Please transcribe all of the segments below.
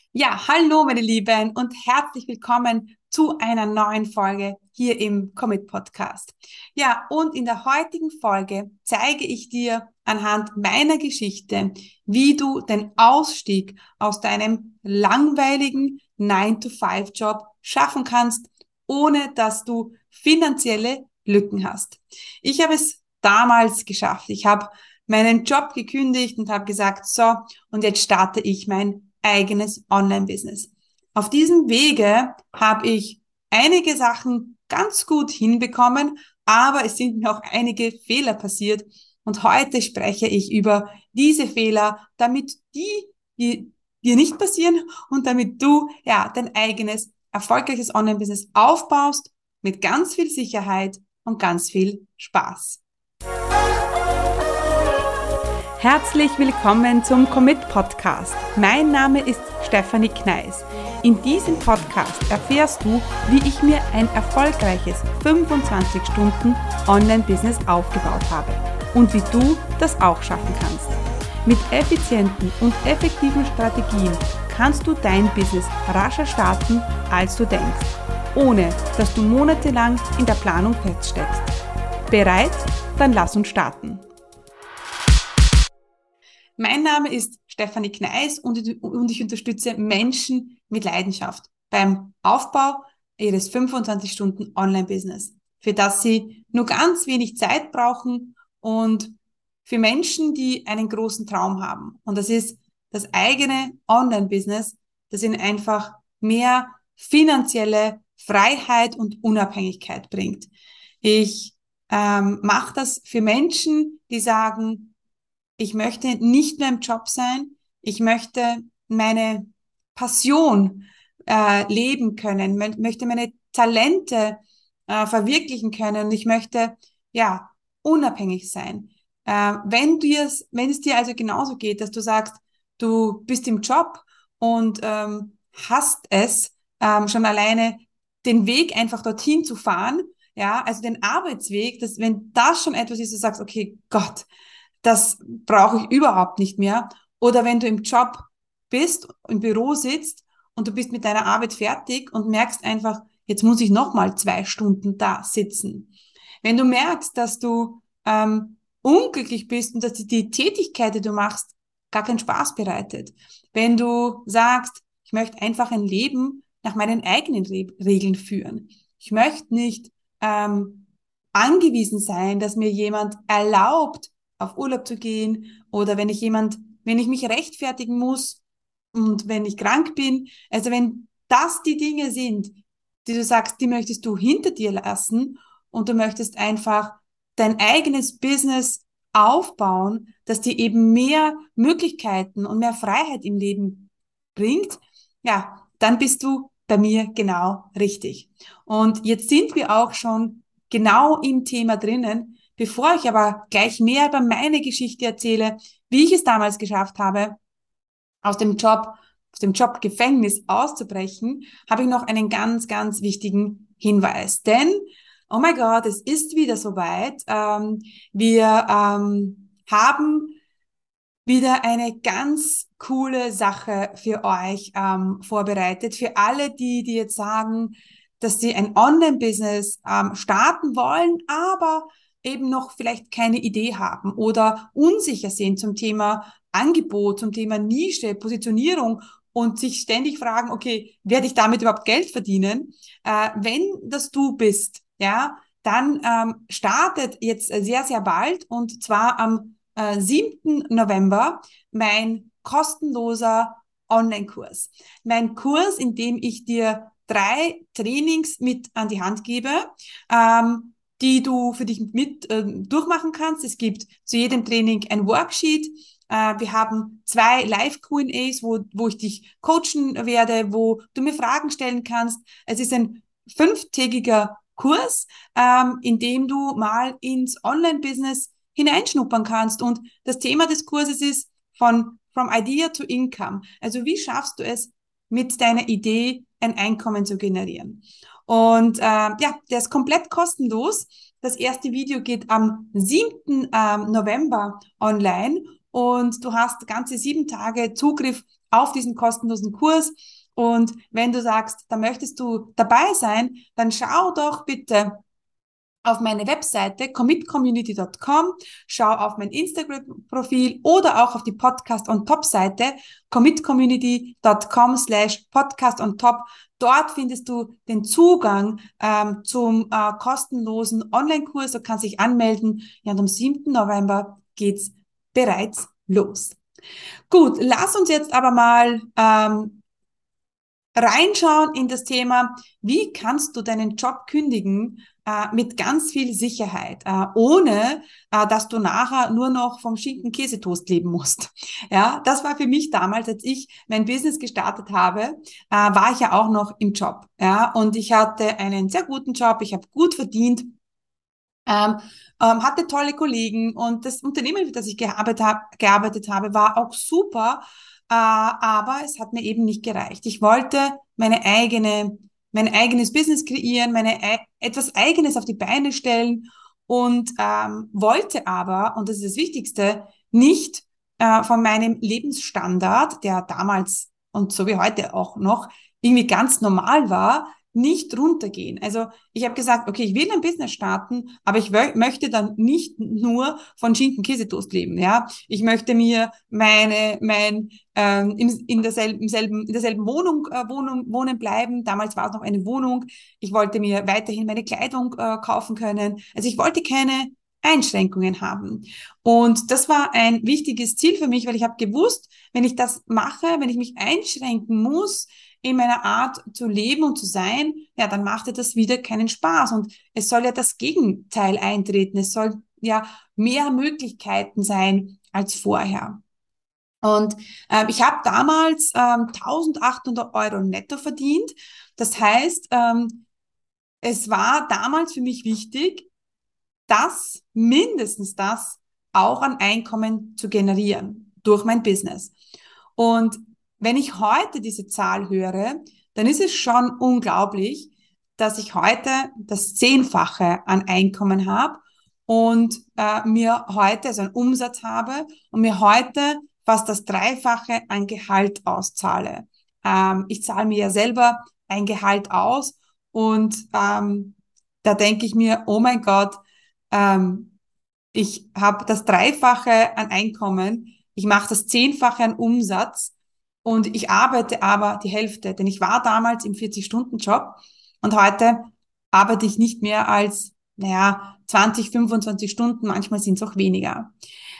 Ja, hallo meine Lieben und herzlich willkommen zu einer neuen Folge hier im Commit Podcast. Ja, und in der heutigen Folge zeige ich dir anhand meiner Geschichte, wie du den Ausstieg aus deinem langweiligen 9-to-5-Job schaffen kannst, ohne dass du finanzielle Lücken hast. Ich habe es damals geschafft. Ich habe meinen Job gekündigt und habe gesagt, so, und jetzt starte ich mein eigenes Online-Business. Auf diesem Wege habe ich einige Sachen ganz gut hinbekommen, aber es sind mir auch einige Fehler passiert. Und heute spreche ich über diese Fehler, damit die dir nicht passieren und damit du ja dein eigenes erfolgreiches Online-Business aufbaust mit ganz viel Sicherheit und ganz viel Spaß. Herzlich willkommen zum Commit Podcast. Mein Name ist Stefanie Kneis. In diesem Podcast erfährst du, wie ich mir ein erfolgreiches 25 Stunden Online-Business aufgebaut habe und wie du das auch schaffen kannst. Mit effizienten und effektiven Strategien kannst du dein Business rascher starten, als du denkst, ohne dass du monatelang in der Planung feststeckst. Bereit? Dann lass uns starten. Mein Name ist Stefanie Kneis und ich unterstütze Menschen mit Leidenschaft beim Aufbau ihres 25 Stunden Online-Business, für das sie nur ganz wenig Zeit brauchen und für Menschen, die einen großen Traum haben. Und das ist das eigene Online-Business, das ihnen einfach mehr finanzielle Freiheit und Unabhängigkeit bringt. Ich mache das für Menschen, die sagen, ich möchte nicht mehr im Job sein. Ich möchte meine Passion leben können, möchte meine Talente verwirklichen können und ich möchte ja unabhängig sein. Wenn es dir also genauso geht, dass du sagst, du bist im Job und hast es schon alleine den Weg einfach dorthin zu fahren, ja, also den Arbeitsweg, wenn das schon etwas ist, du sagst, okay, Gott, das brauche ich überhaupt nicht mehr. Oder wenn du im Job bist, im Büro sitzt und du bist mit deiner Arbeit fertig und merkst einfach, jetzt muss ich nochmal 2 Stunden da sitzen. Wenn du merkst, dass du unglücklich bist und dass die Tätigkeit, die du machst, gar keinen Spaß bereitet. Wenn du sagst, ich möchte einfach ein Leben nach meinen eigenen Regeln führen. Ich möchte nicht angewiesen sein, dass mir jemand erlaubt, auf Urlaub zu gehen oder wenn ich mich rechtfertigen muss und wenn ich krank bin. Also wenn das die Dinge sind, die du sagst, die möchtest du hinter dir lassen und du möchtest einfach dein eigenes Business aufbauen, das dir eben mehr Möglichkeiten und mehr Freiheit im Leben bringt, ja, dann bist du bei mir genau richtig. Und jetzt sind wir auch schon genau im Thema drinnen. Bevor ich aber gleich mehr über meine Geschichte erzähle, wie ich es damals geschafft habe, aus dem Job, aus dem Jobgefängnis auszubrechen, habe ich noch einen ganz, ganz wichtigen Hinweis. Denn, oh mein Gott, es ist wieder soweit. Wir haben wieder eine ganz coole Sache für euch vorbereitet. Für alle, die jetzt sagen, dass sie ein Online-Business starten wollen, aber eben noch vielleicht keine Idee haben oder unsicher sind zum Thema Angebot, zum Thema Nische, Positionierung und sich ständig fragen, okay, werde ich damit überhaupt Geld verdienen? Wenn das du bist, ja, dann startet jetzt sehr, sehr bald und zwar am 7. November mein kostenloser Online-Kurs. Mein Kurs, in dem ich dir 3 Trainings mit an die Hand gebe, die du für dich mit durchmachen kannst. Es gibt zu jedem Training ein Worksheet. Wir haben 2 Live-Q&As, wo ich dich coachen werde, wo du mir Fragen stellen kannst. Es ist ein 5-tägiger Kurs, in dem du mal ins Online-Business hineinschnuppern kannst. Und das Thema des Kurses ist From Idea to Income. Also wie schaffst du es, mit deiner Idee ein Einkommen zu generieren? Und ja, der ist komplett kostenlos. Das erste Video geht am 7. November online und du hast ganze 7 Tage Zugriff auf diesen kostenlosen Kurs. Und wenn du sagst, da möchtest du dabei sein, dann schau doch bitte auf meine Webseite commitcommunity.com, schau auf mein Instagram-Profil oder auch auf die Podcast on Top Seite commitcommunity.com/podcast on top. Dort findest du den Zugang zum kostenlosen Online-Kurs. Du kannst dich anmelden. Ja, und am 7. November geht's bereits los. Gut, lass uns jetzt aber mal reinschauen in das Thema, wie kannst du deinen Job kündigen mit ganz viel Sicherheit, ohne dass du nachher nur noch vom Schinken-Käsetoast leben musst. Ja, das war für mich damals, als ich mein Business gestartet habe, war ich ja auch noch im Job. Ja, und ich hatte einen sehr guten Job, ich habe gut verdient. Hatte tolle Kollegen und das Unternehmen, für das ich gearbeitet habe, war auch super, aber es hat mir eben nicht gereicht. Ich wollte mein eigenes Business kreieren, etwas Eigenes auf die Beine stellen und wollte aber, und das ist das Wichtigste, nicht von meinem Lebensstandard, der damals und so wie heute auch noch irgendwie ganz normal war, nicht runtergehen. Also ich habe gesagt, okay, ich will ein Business starten, aber ich möchte dann nicht nur von Schinken-Käsetoast leben. Ja, ich möchte mir in derselben Wohnung wohnen bleiben. Damals war es noch eine Wohnung. Ich wollte mir weiterhin meine Kleidung kaufen können. Also ich wollte keine Einschränkungen haben. Und das war ein wichtiges Ziel für mich, weil ich habe gewusst, wenn ich das mache, wenn ich mich einschränken muss, in meiner Art zu leben und zu sein, ja, dann macht dir das wieder keinen Spaß. Und es soll ja das Gegenteil eintreten. Es soll ja mehr Möglichkeiten sein als vorher. Und ich habe damals 1.800 € netto verdient. Das heißt, es war damals für mich wichtig, mindestens das auch an Einkommen zu generieren durch mein Business. Und wenn ich heute diese Zahl höre, dann ist es schon unglaublich, dass ich heute das 10-fache an Einkommen habe und mir heute also einen Umsatz habe und mir heute fast das 3-fache an Gehalt auszahle. Ich zahle mir ja selber ein Gehalt aus und da denke ich mir, oh mein Gott, ähm, ich habe das 3-fache an Einkommen, ich mache das 10-fache an Umsatz und ich arbeite aber die Hälfte, denn ich war damals im 40-Stunden-Job und heute arbeite ich nicht mehr als, 20, 25 Stunden, manchmal sind es auch weniger.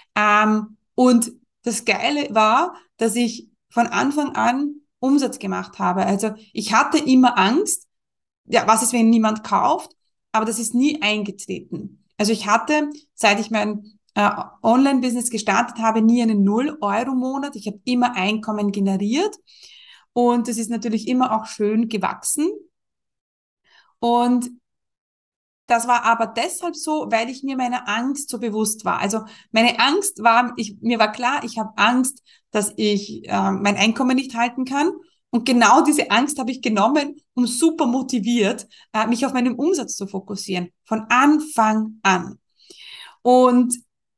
Und das Geile war, dass ich von Anfang an Umsatz gemacht habe. Also ich hatte immer Angst, ja, was ist, wenn niemand kauft? Aber das ist nie eingetreten. Also ich hatte, seit ich mein Online-Business gestartet habe, nie einen 0-Euro-Monat. Ich habe immer Einkommen generiert und es ist natürlich immer auch schön gewachsen. Und das war aber deshalb so, weil ich mir meiner Angst so bewusst war. Also meine Angst war, mir war klar, ich habe Angst, dass ich mein Einkommen nicht halten kann. Und genau diese Angst habe ich genommen, um super motiviert, mich auf meinen Umsatz zu fokussieren. Von Anfang an. Und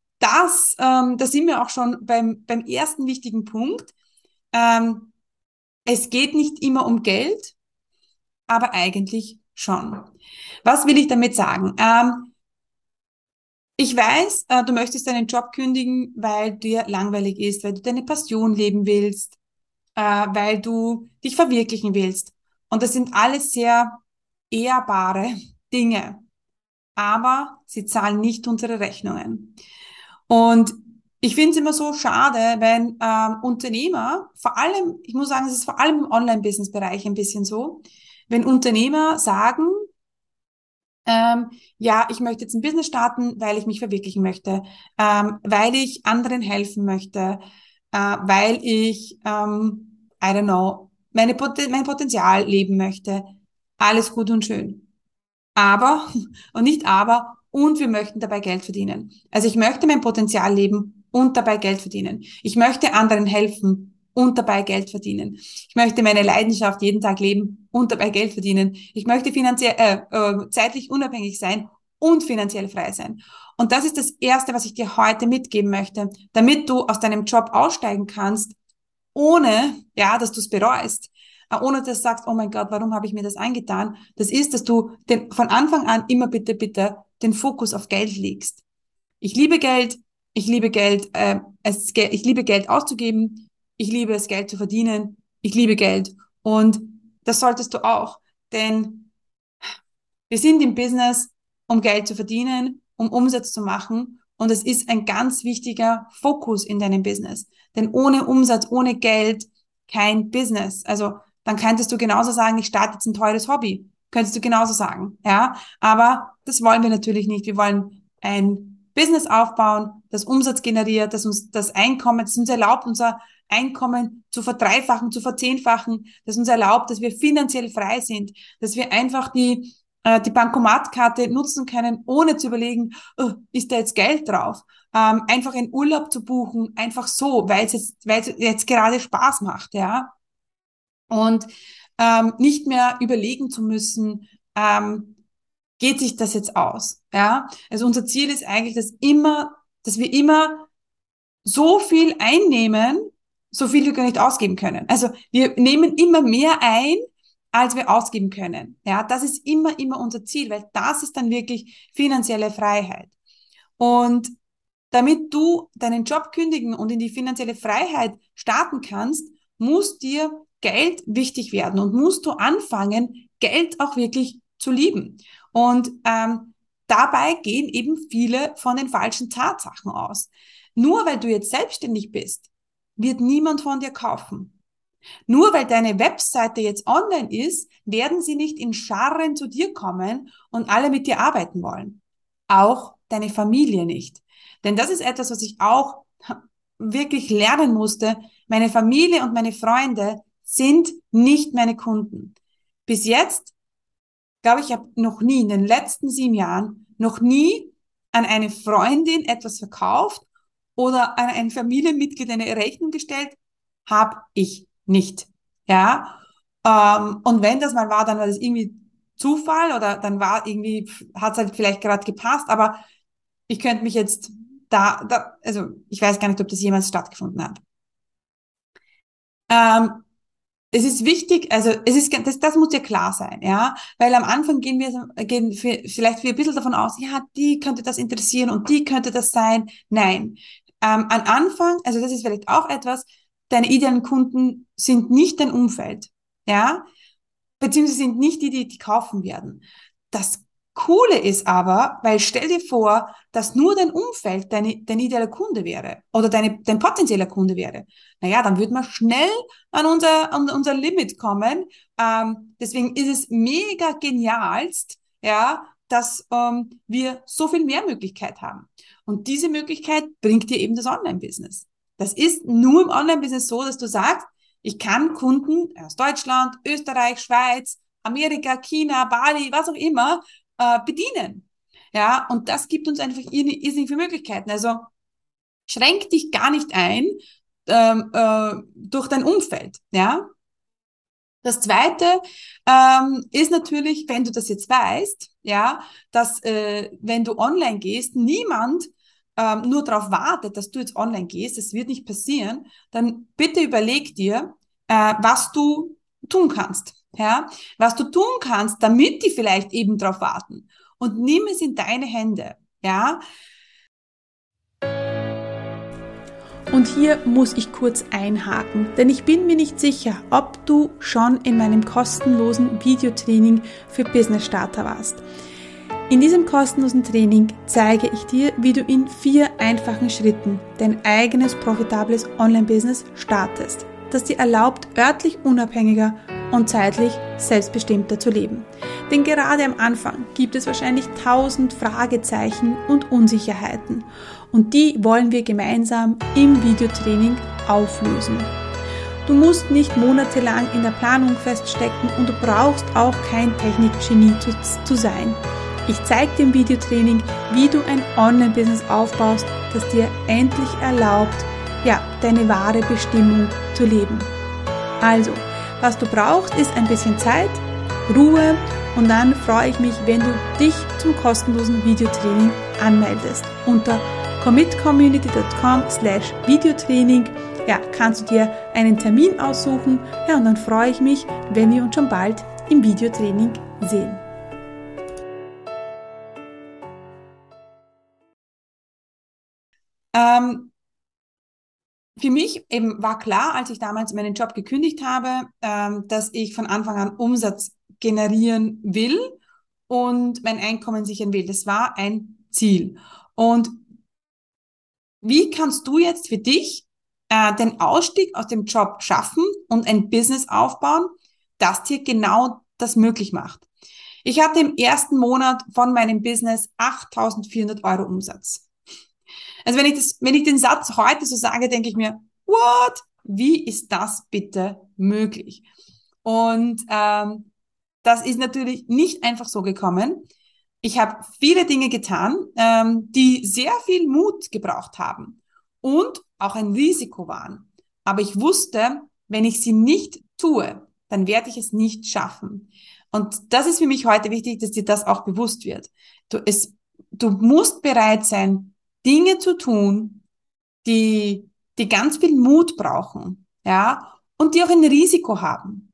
da sind wir auch schon beim ersten wichtigen Punkt. Ähm, Es geht nicht immer um Geld, aber eigentlich schon. Was will ich damit sagen? Ich weiß, du möchtest deinen Job kündigen, weil dir langweilig ist, weil du deine Passion leben willst, weil du dich verwirklichen willst. Und das sind alles sehr ehrbare Dinge, aber sie zahlen nicht unsere Rechnungen. Und ich finde es immer so schade, wenn Unternehmer, vor allem, ich muss sagen, es ist vor allem im Online-Business-Bereich ein bisschen so, wenn Unternehmer sagen, ja, ich möchte jetzt ein Business starten, weil ich mich verwirklichen möchte, weil ich anderen helfen möchte, weil ich, I don't know, mein Potenzial leben möchte. Alles gut und schön. Aber, und nicht aber, und wir möchten dabei Geld verdienen. Also ich möchte mein Potenzial leben und dabei Geld verdienen. Ich möchte anderen helfen und dabei Geld verdienen. Ich möchte meine Leidenschaft jeden Tag leben und dabei Geld verdienen. Ich möchte zeitlich unabhängig sein und finanziell frei sein. Und das ist das Erste, was ich dir heute mitgeben möchte, damit du aus deinem Job aussteigen kannst, ohne, ja, dass du es bereust, ohne dass du sagst, oh mein Gott, warum habe ich mir das angetan? Das ist, dass du von Anfang an immer bitte den Fokus auf Geld legst. Ich liebe Geld, ich liebe Geld, ich liebe Geld auszugeben, ich liebe es, Geld zu verdienen, ich liebe Geld. Und das solltest du auch, denn wir sind im Business, um Geld zu verdienen, um Umsatz zu machen. Und es ist ein ganz wichtiger Fokus in deinem Business. Denn ohne Umsatz, ohne Geld, kein Business. Also dann könntest du genauso sagen, ich starte jetzt ein teures Hobby. Könntest du genauso sagen, ja. Aber das wollen wir natürlich nicht. Wir wollen ein Business aufbauen, das Umsatz generiert, das uns das Einkommen, das uns erlaubt, unser Einkommen zu verdreifachen, zu verzehnfachen, das uns erlaubt, dass wir finanziell frei sind, dass wir einfach die Bankomatkarte nutzen können, ohne zu überlegen, oh, ist da jetzt Geld drauf? Einfach einen Urlaub zu buchen, einfach so, weil es jetzt gerade Spaß macht, ja. Und nicht mehr überlegen zu müssen, geht sich das jetzt aus, ja. Also unser Ziel ist eigentlich, dass wir immer so viel einnehmen, so viel wir gar nicht ausgeben können. Also wir nehmen immer mehr ein, als wir ausgeben können. Ja, das ist immer unser Ziel, weil das ist dann wirklich finanzielle Freiheit. Und damit du deinen Job kündigen und in die finanzielle Freiheit starten kannst, muss dir Geld wichtig werden und musst du anfangen, Geld auch wirklich zu lieben. Und dabei gehen eben viele von den falschen Tatsachen aus. Nur weil du jetzt selbstständig bist, wird niemand von dir kaufen. Nur weil deine Webseite jetzt online ist, werden sie nicht in Scharen zu dir kommen und alle mit dir arbeiten wollen. Auch deine Familie nicht. Denn das ist etwas, was ich auch wirklich lernen musste. Meine Familie und meine Freunde sind nicht meine Kunden. Bis jetzt, glaube ich, habe noch nie in den letzten 7 Jahren noch nie an eine Freundin etwas verkauft oder an ein Familienmitglied eine Rechnung gestellt, habe ich nicht. Ja. Und wenn das mal war, dann war das irgendwie Zufall oder dann hat es halt vielleicht gerade gepasst, aber ich könnte mich jetzt also ich weiß gar nicht, ob das jemals stattgefunden hat. Es ist wichtig, also das muss dir klar sein, ja, weil am Anfang gehen vielleicht ein bisschen davon aus, ja, die könnte das interessieren und die könnte das sein. Nein, am Anfang, also das ist vielleicht auch etwas, deine idealen Kunden sind nicht dein Umfeld, ja, beziehungsweise sind nicht die kaufen werden. Das Coole ist aber, weil stell dir vor, dass nur dein Umfeld dein idealer Kunde wäre oder dein potenzieller Kunde wäre. Naja, dann würde man schnell an unser Limit kommen. Deswegen ist es mega genialst, ja, dass wir so viel mehr Möglichkeit haben. Und diese Möglichkeit bringt dir eben das Online-Business. Das ist nur im Online-Business so, dass du sagst, ich kann Kunden aus Deutschland, Österreich, Schweiz, Amerika, China, Bali, was auch immer, bedienen. Ja, und das gibt uns einfach irrsinnig viele Möglichkeiten. Also schränk dich gar nicht ein durch dein Umfeld. Ja. Das Zweite ist natürlich, wenn du das jetzt weißt, ja, dass wenn du online gehst, niemand nur darauf wartet, dass du jetzt online gehst, das wird nicht passieren, dann bitte überleg dir, was du tun kannst. Ja, was du tun kannst, damit die vielleicht eben darauf warten. Und nimm es in deine Hände. Ja. Und hier muss ich kurz einhaken, denn ich bin mir nicht sicher, ob du schon in meinem kostenlosen Videotraining für Business Starter warst. In diesem kostenlosen Training zeige ich dir, wie du in 4 einfachen Schritten dein eigenes profitables Online-Business startest, das dir erlaubt, örtlich unabhängiger und zeitlich selbstbestimmter zu leben. Denn gerade am Anfang gibt es wahrscheinlich 1000 Fragezeichen und Unsicherheiten und die wollen wir gemeinsam im Videotraining auflösen. Du musst nicht monatelang in der Planung feststecken und du brauchst auch kein Technikgenie zu sein. Ich zeige dir im Videotraining, wie du ein Online-Business aufbaust, das dir endlich erlaubt, deine wahre Bestimmung zu leben. Also, was du brauchst, ist ein bisschen Zeit, Ruhe und dann freue ich mich, wenn du dich zum kostenlosen Videotraining anmeldest. Unter commitcommunity.com/Videotraining kannst du dir einen Termin aussuchen. Ja, und dann freue ich mich, wenn wir uns schon bald im Videotraining sehen. Für mich eben war klar, als ich damals meinen Job gekündigt habe, dass ich von Anfang an Umsatz generieren will und mein Einkommen sichern will. Das war ein Ziel. Und wie kannst du jetzt für dich den Ausstieg aus dem Job schaffen und ein Business aufbauen, das dir genau das möglich macht? Ich hatte im ersten Monat von meinem Business 8.400 Euro Umsatz. Also wenn ich den Satz heute so sage, denke ich mir, what? Wie ist das bitte möglich? Und das ist natürlich nicht einfach so gekommen. Ich habe viele Dinge getan, die sehr viel Mut gebraucht haben und auch ein Risiko waren. Aber ich wusste, wenn ich sie nicht tue, dann werde ich es nicht schaffen. Und das ist für mich heute wichtig, dass dir das auch bewusst wird. Du musst bereit sein, Dinge zu tun, die ganz viel Mut brauchen, ja, und die auch ein Risiko haben.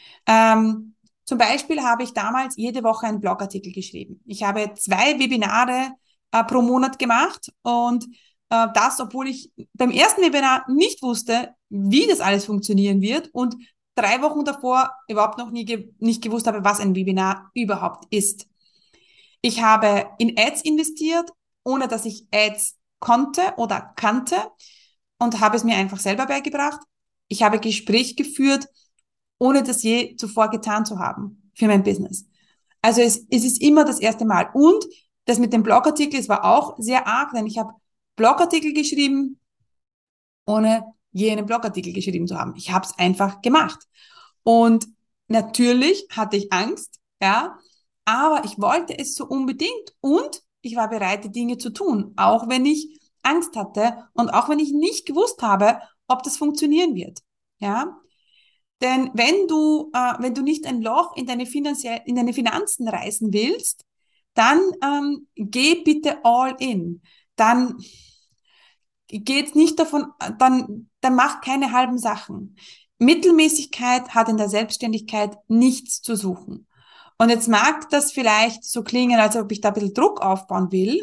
Zum Beispiel habe ich damals jede Woche einen Blogartikel geschrieben. Ich habe 2 Webinare pro Monat gemacht und das, obwohl ich beim ersten Webinar nicht wusste, wie das alles funktionieren wird und 3 Wochen davor überhaupt noch nicht gewusst habe, was ein Webinar überhaupt ist. Ich habe in Ads investiert, ohne dass ich Ads konnte oder kannte und habe es mir einfach selber beigebracht. Ich habe Gespräche geführt, ohne das je zuvor getan zu haben für mein Business. Also es ist immer das erste Mal. Und das mit dem Blogartikel, es war auch sehr arg, denn ich habe Blogartikel geschrieben, ohne je einen Blogartikel geschrieben zu haben. Ich habe es einfach gemacht. Und natürlich hatte ich Angst, ja, aber ich wollte es so unbedingt und ich war bereit, die Dinge zu tun, auch wenn ich Angst hatte und auch wenn ich nicht gewusst habe, ob das funktionieren wird, ja. Denn wenn du nicht ein Loch in deine Finanzen reißen willst, dann geh bitte all in. Dann geht's nicht davon, dann mach keine halben Sachen. Mittelmäßigkeit hat in der Selbstständigkeit nichts zu suchen. Und jetzt mag das vielleicht so klingen, als ob ich da ein bisschen Druck aufbauen will.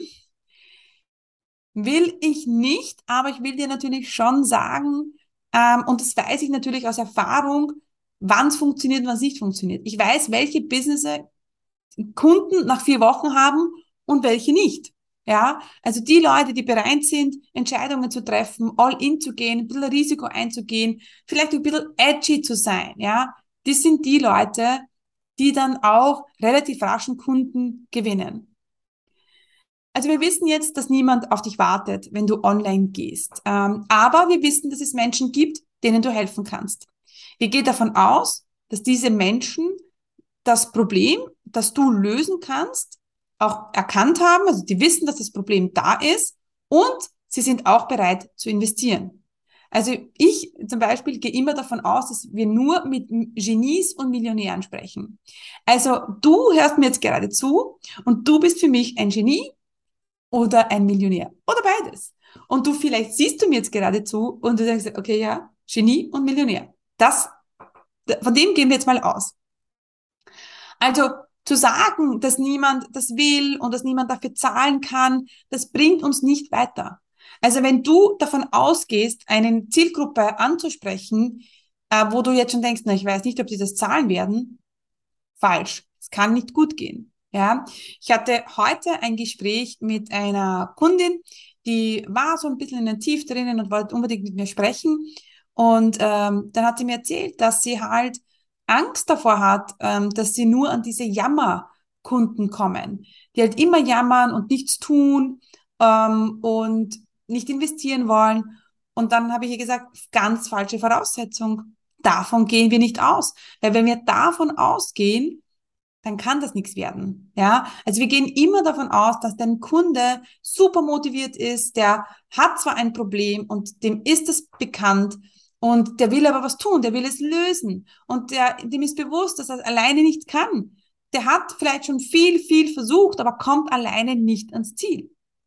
Will ich nicht, aber ich will dir natürlich schon sagen, und das weiß ich natürlich aus Erfahrung, wann es funktioniert und wann es nicht funktioniert. Ich weiß, welche Businesses Kunden nach 4 Wochen haben und welche nicht. Ja, also die Leute, die bereit sind, Entscheidungen zu treffen, all in zu gehen, ein bisschen Risiko einzugehen, vielleicht ein bisschen edgy zu sein, ja, das sind die Leute, die dann auch relativ raschen Kunden gewinnen. Also wir wissen jetzt, dass niemand auf dich wartet, wenn du online gehst. Aber wir wissen, dass es Menschen gibt, denen du helfen kannst. Wir gehen davon aus, dass diese Menschen das Problem, das du lösen kannst, auch erkannt haben. Also die wissen, dass das Problem da ist und sie sind auch bereit zu investieren. Also ich zum Beispiel gehe immer davon aus, dass wir nur mit Genies und Millionären sprechen. Also du hörst mir jetzt gerade zu und du bist für mich ein Genie oder ein Millionär oder beides. Und du vielleicht siehst du mir jetzt gerade zu und du sagst, okay, ja, Genie und Millionär. Von dem gehen wir jetzt mal aus. Also zu sagen, dass niemand das will und dass niemand dafür zahlen kann, das bringt uns nicht weiter. Also wenn du davon ausgehst, eine Zielgruppe anzusprechen, wo du jetzt schon denkst, na, ich weiß nicht, ob sie das zahlen werden, falsch. Es kann nicht gut gehen. Ja, ich hatte heute ein Gespräch mit einer Kundin, die war so ein bisschen in den Tief drinnen und wollte unbedingt mit mir sprechen. Und dann hat sie mir erzählt, dass sie halt Angst davor hat, dass sie nur an diese Jammerkunden kommen, die halt immer jammern und nichts tun und nicht investieren wollen. Und dann habe ich ihr gesagt, ganz falsche Voraussetzung. Davon gehen wir nicht aus. Weil wenn wir davon ausgehen, dann kann das nichts werden. Ja, also wir gehen immer davon aus, dass dein Kunde super motiviert ist, der hat zwar ein Problem und dem ist es bekannt und der will aber was tun, der will es lösen und dem ist bewusst, dass er alleine nicht kann. Der hat vielleicht schon viel, viel versucht, aber kommt alleine nicht ans Ziel.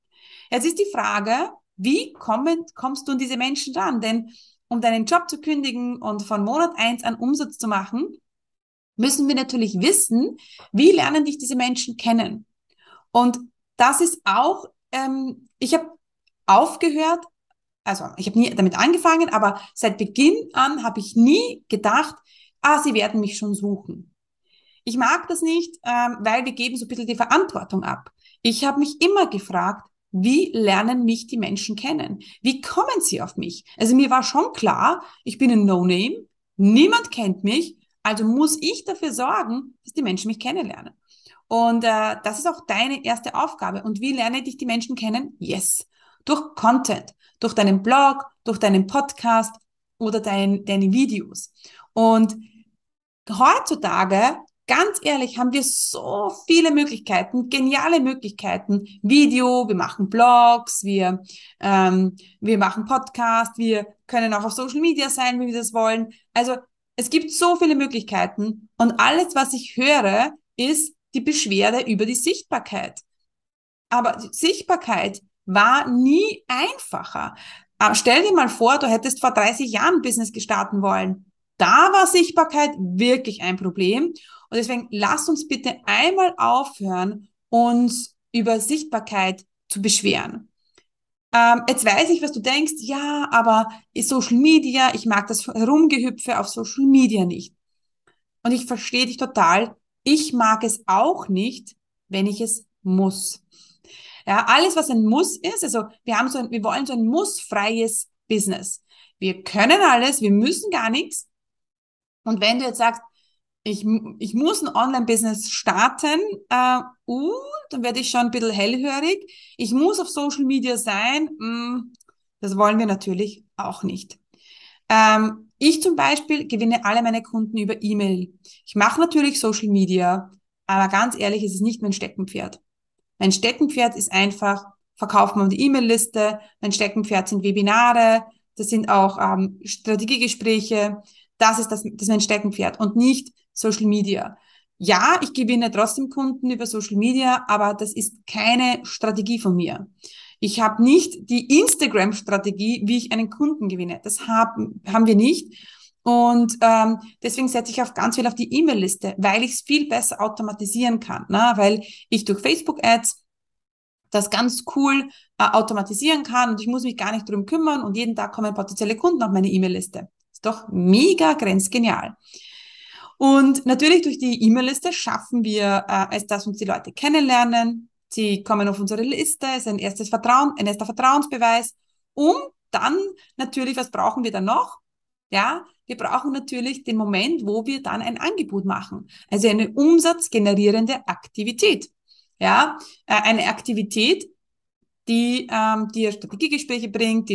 Jetzt ist die Frage, wie kommst du an diese Menschen ran? Denn um deinen Job zu kündigen und von Monat eins an Umsatz zu machen, müssen wir natürlich wissen, wie lernen dich diese Menschen kennen. Und das ist auch, ich habe aufgehört, also ich habe nie damit angefangen, aber seit Beginn an habe ich nie gedacht, sie werden mich schon suchen. Ich mag das nicht, weil wir geben so ein bisschen die Verantwortung ab. Ich habe mich immer gefragt, wie lernen mich die Menschen kennen? Wie kommen sie auf mich? Also mir war schon klar, ich bin ein No-Name, niemand kennt mich, also muss ich dafür sorgen, dass die Menschen mich kennenlernen. Und das ist auch deine erste Aufgabe. Und wie lerne dich die Menschen kennen? Yes, durch Content, durch deinen Blog, durch deinen Podcast oder deine Videos. Und heutzutage, ganz ehrlich, haben wir so viele Möglichkeiten, geniale Möglichkeiten. Video, wir machen Blogs, wir machen Podcast, wir können auch auf Social Media sein, wie wir das wollen. Also es gibt so viele Möglichkeiten und alles, was ich höre, ist die Beschwerde über die Sichtbarkeit. Aber die Sichtbarkeit war nie einfacher. Aber stell dir mal vor, du hättest vor 30 Jahren ein Business gestarten wollen. Da war Sichtbarkeit wirklich ein Problem. Und deswegen lass uns bitte einmal aufhören, uns über Sichtbarkeit zu beschweren. Jetzt weiß ich, was du denkst. Ja, aber Social Media, ich mag das Herumgehüpfe auf Social Media nicht. Und ich verstehe dich total. Ich mag es auch nicht, wenn ich es muss. Ja, alles, was ein Muss ist, also wir wollen so ein mussfreies Business. Wir können alles, wir müssen gar nichts. Und wenn du jetzt sagst, ich muss ein Online-Business starten, dann werde ich schon ein bisschen hellhörig. Ich muss auf Social Media sein, das wollen wir natürlich auch nicht. Ich zum Beispiel gewinne alle meine Kunden über E-Mail. Ich mache natürlich Social Media, aber ganz ehrlich, es ist nicht mein Steckenpferd. Mein Steckenpferd ist einfach Verkaufen auf die E-Mail-Liste. Mein Steckenpferd sind Webinare. Das sind auch Strategiegespräche. Das ist mein Steckenpferd und nicht Social Media. Ja, ich gewinne trotzdem Kunden über Social Media, aber das ist keine Strategie von mir. Ich habe nicht die Instagram-Strategie, wie ich einen Kunden gewinne. Das haben wir nicht. Und deswegen setze ich auf ganz viel auf die E-Mail-Liste, weil ich es viel besser automatisieren kann. Ne? Weil ich durch Facebook-Ads das ganz cool automatisieren kann und ich muss mich gar nicht drum kümmern und jeden Tag kommen potenzielle Kunden auf meine E-Mail-Liste. Ist doch mega grenzgenial. Und natürlich durch die E-Mail-Liste schaffen wir es, dass uns die Leute kennenlernen. Sie kommen auf unsere Liste, ist ein ein erster Vertrauensbeweis. Und dann natürlich, was brauchen wir dann noch? Ja, wir brauchen natürlich den Moment, wo wir dann ein Angebot machen. Also eine umsatzgenerierende Aktivität. Ja, eine Aktivität, die dir Strategiegespräche bringt,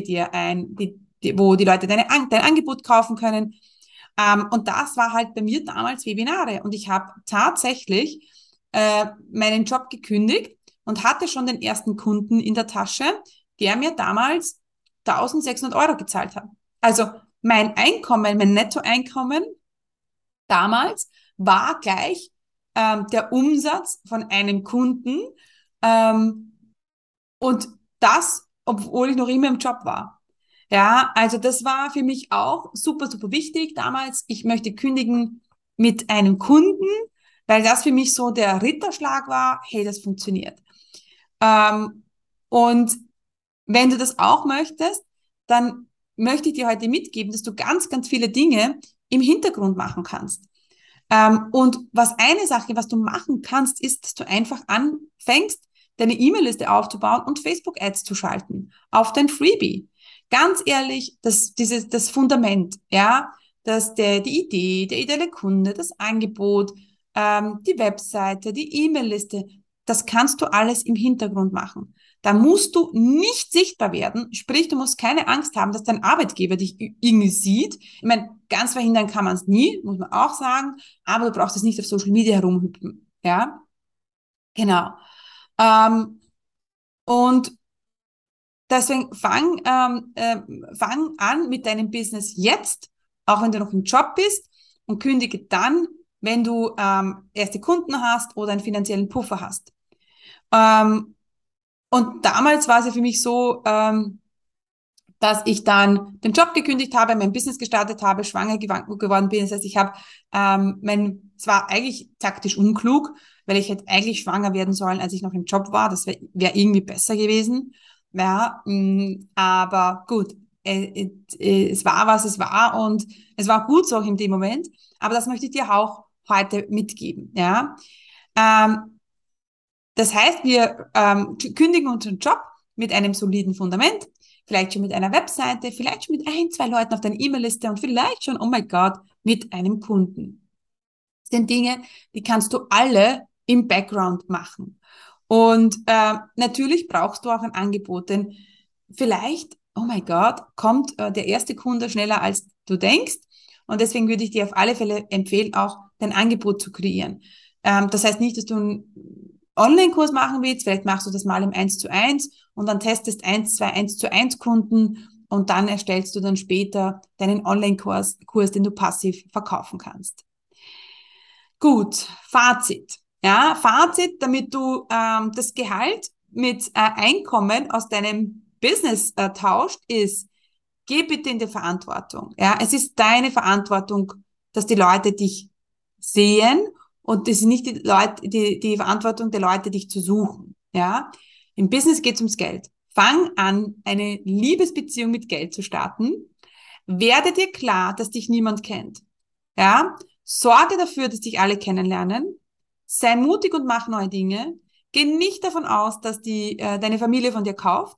wo die Leute dein Angebot kaufen können. Und das war halt bei mir damals Webinare. Und ich habe tatsächlich meinen Job gekündigt und hatte schon den ersten Kunden in der Tasche, der mir damals 1.600 € gezahlt hat. Also mein Einkommen, mein Nettoeinkommen damals war gleich der Umsatz von einem Kunden. Ähm, und das, obwohl ich noch immer im Job war. Ja, also das war für mich auch super, super wichtig damals. Ich möchte kündigen mit einem Kunden, weil das für mich so der Ritterschlag war, hey, das funktioniert. Ähm, und wenn du das auch möchtest, dann möchte ich dir heute mitgeben, dass du ganz, ganz viele Dinge im Hintergrund machen kannst. Und eine Sache, was du machen kannst, ist, dass du einfach anfängst, deine E-Mail-Liste aufzubauen und Facebook-Ads zu schalten auf dein Freebie. Ganz ehrlich, das Fundament, ja, die Idee, der ideale Kunde, das Angebot, die Webseite, die E-Mail-Liste, das kannst du alles im Hintergrund machen. Da musst du nicht sichtbar werden, sprich, du musst keine Angst haben, dass dein Arbeitgeber dich irgendwie sieht. Ich meine, ganz verhindern kann man es nie, muss man auch sagen, aber du brauchst es nicht auf Social Media herumhüpfen, ja, genau. Ähm, und deswegen fang an mit deinem Business jetzt, auch wenn du noch im Job bist, und kündige dann, wenn du erste Kunden hast oder einen finanziellen Puffer hast. Ähm, Und damals war es ja für mich so, dass ich dann den Job gekündigt habe, mein Business gestartet habe, schwanger geworden bin. Das heißt, ich habe es war eigentlich taktisch unklug, weil ich hätte eigentlich schwanger werden sollen, als ich noch im Job war. Das wär irgendwie besser gewesen. Ja, aber gut, es war, was es war und es war gut so auch in dem Moment. Aber das möchte ich dir auch heute mitgeben. Ja, das heißt, wir kündigen unseren Job mit einem soliden Fundament, vielleicht schon mit einer Webseite, vielleicht schon mit ein, zwei Leuten auf deiner E-Mail-Liste und vielleicht schon, oh mein Gott, mit einem Kunden. Das sind Dinge, die kannst du alle im Background machen. Und natürlich brauchst du auch ein Angebot, denn vielleicht, oh mein Gott, kommt der erste Kunde schneller als du denkst. Und deswegen würde ich dir auf alle Fälle empfehlen, auch dein Angebot zu kreieren. Das heißt nicht, dass du einen Online-Kurs machen willst, vielleicht machst du das mal im 1:1 und dann testest 1, 2, 1:1 Kunden und dann erstellst du dann später deinen Online-Kurs, den du passiv verkaufen kannst. Gut, Fazit. Ja, Fazit, damit du das Gehalt mit Einkommen aus deinem Business tauscht, ist, geh bitte in die Verantwortung. Ja, es ist deine Verantwortung, dass die Leute dich sehen und es ist nicht die Verantwortung der Leute, dich zu suchen. Ja, im Business geht es ums Geld. Fang an, eine Liebesbeziehung mit Geld zu starten. Werde dir klar, dass dich niemand kennt. Ja, sorge dafür, dass dich alle kennenlernen. Sei mutig und mach neue Dinge. Geh nicht davon aus, dass deine Familie von dir kauft.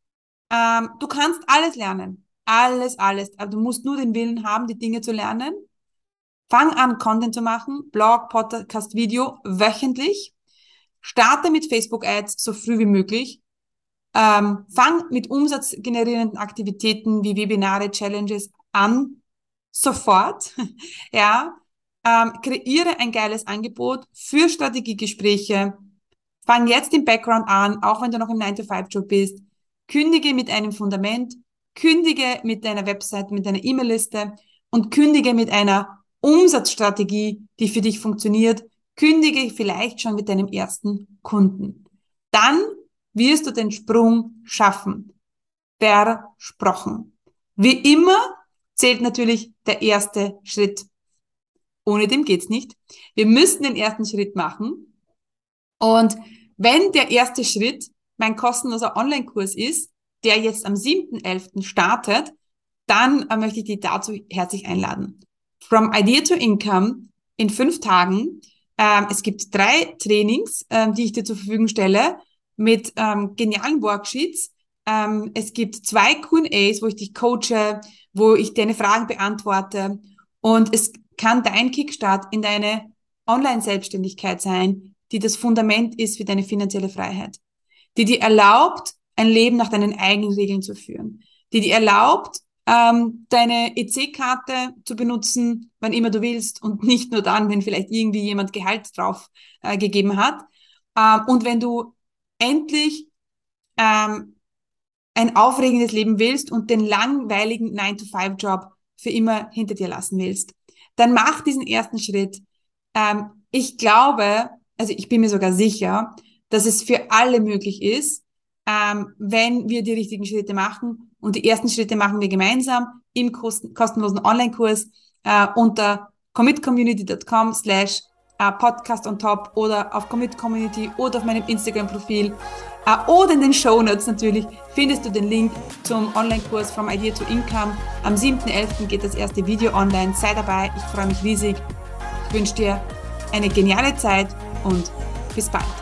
Du kannst alles lernen. Alles, alles. Aber du musst nur den Willen haben, die Dinge zu lernen. Fang an, Content zu machen. Blog, Podcast, Video, wöchentlich. Starte mit Facebook-Ads so früh wie möglich. Fang mit umsatzgenerierenden Aktivitäten wie Webinare, Challenges an. Sofort. Ja. Kreiere ein geiles Angebot für Strategiegespräche. Fang jetzt im Background an, auch wenn du noch im 9-to-5-Job bist. Kündige mit einem Fundament, kündige mit deiner Website, mit deiner E-Mail-Liste und kündige mit einer Umsatzstrategie, die für dich funktioniert. Kündige vielleicht schon mit deinem ersten Kunden. Dann wirst du den Sprung schaffen. Versprochen. Wie immer zählt natürlich der erste Schritt. Ohne dem geht's nicht. Wir müssen den ersten Schritt machen. Und wenn der erste Schritt mein kostenloser Online-Kurs ist, der jetzt am 7.11. startet, dann möchte ich dich dazu herzlich einladen. From Idea to Income in 5 Tagen. Es gibt 3 Trainings, die ich dir zur Verfügung stelle, mit genialen Worksheets. Es gibt 2 Q&As, wo ich dich coache, wo ich deine Fragen beantworte. Und es kann dein Kickstart in deine Online-Selbstständigkeit sein, die das Fundament ist für deine finanzielle Freiheit, die dir erlaubt, ein Leben nach deinen eigenen Regeln zu führen, die dir erlaubt, deine EC-Karte zu benutzen, wann immer du willst und nicht nur dann, wenn vielleicht irgendwie jemand Gehalt drauf gegeben hat. Und wenn du endlich ein aufregendes Leben willst und den langweiligen 9-to-5-Job für immer hinter dir lassen willst, dann mach diesen ersten Schritt. Ich glaube, also ich bin mir sogar sicher, dass es für alle möglich ist, wenn wir die richtigen Schritte machen. Und die ersten Schritte machen wir gemeinsam im kostenlosen Online-Kurs unter commitcommunity.com/podcast on top oder auf Commit Community oder auf meinem Instagram-Profil oder in den Shownotes natürlich findest du den Link zum Online-Kurs From Idea to Income. Am 7.11. geht das erste Video online. Sei dabei, ich freue mich riesig. Ich wünsche dir eine geniale Zeit und bis bald.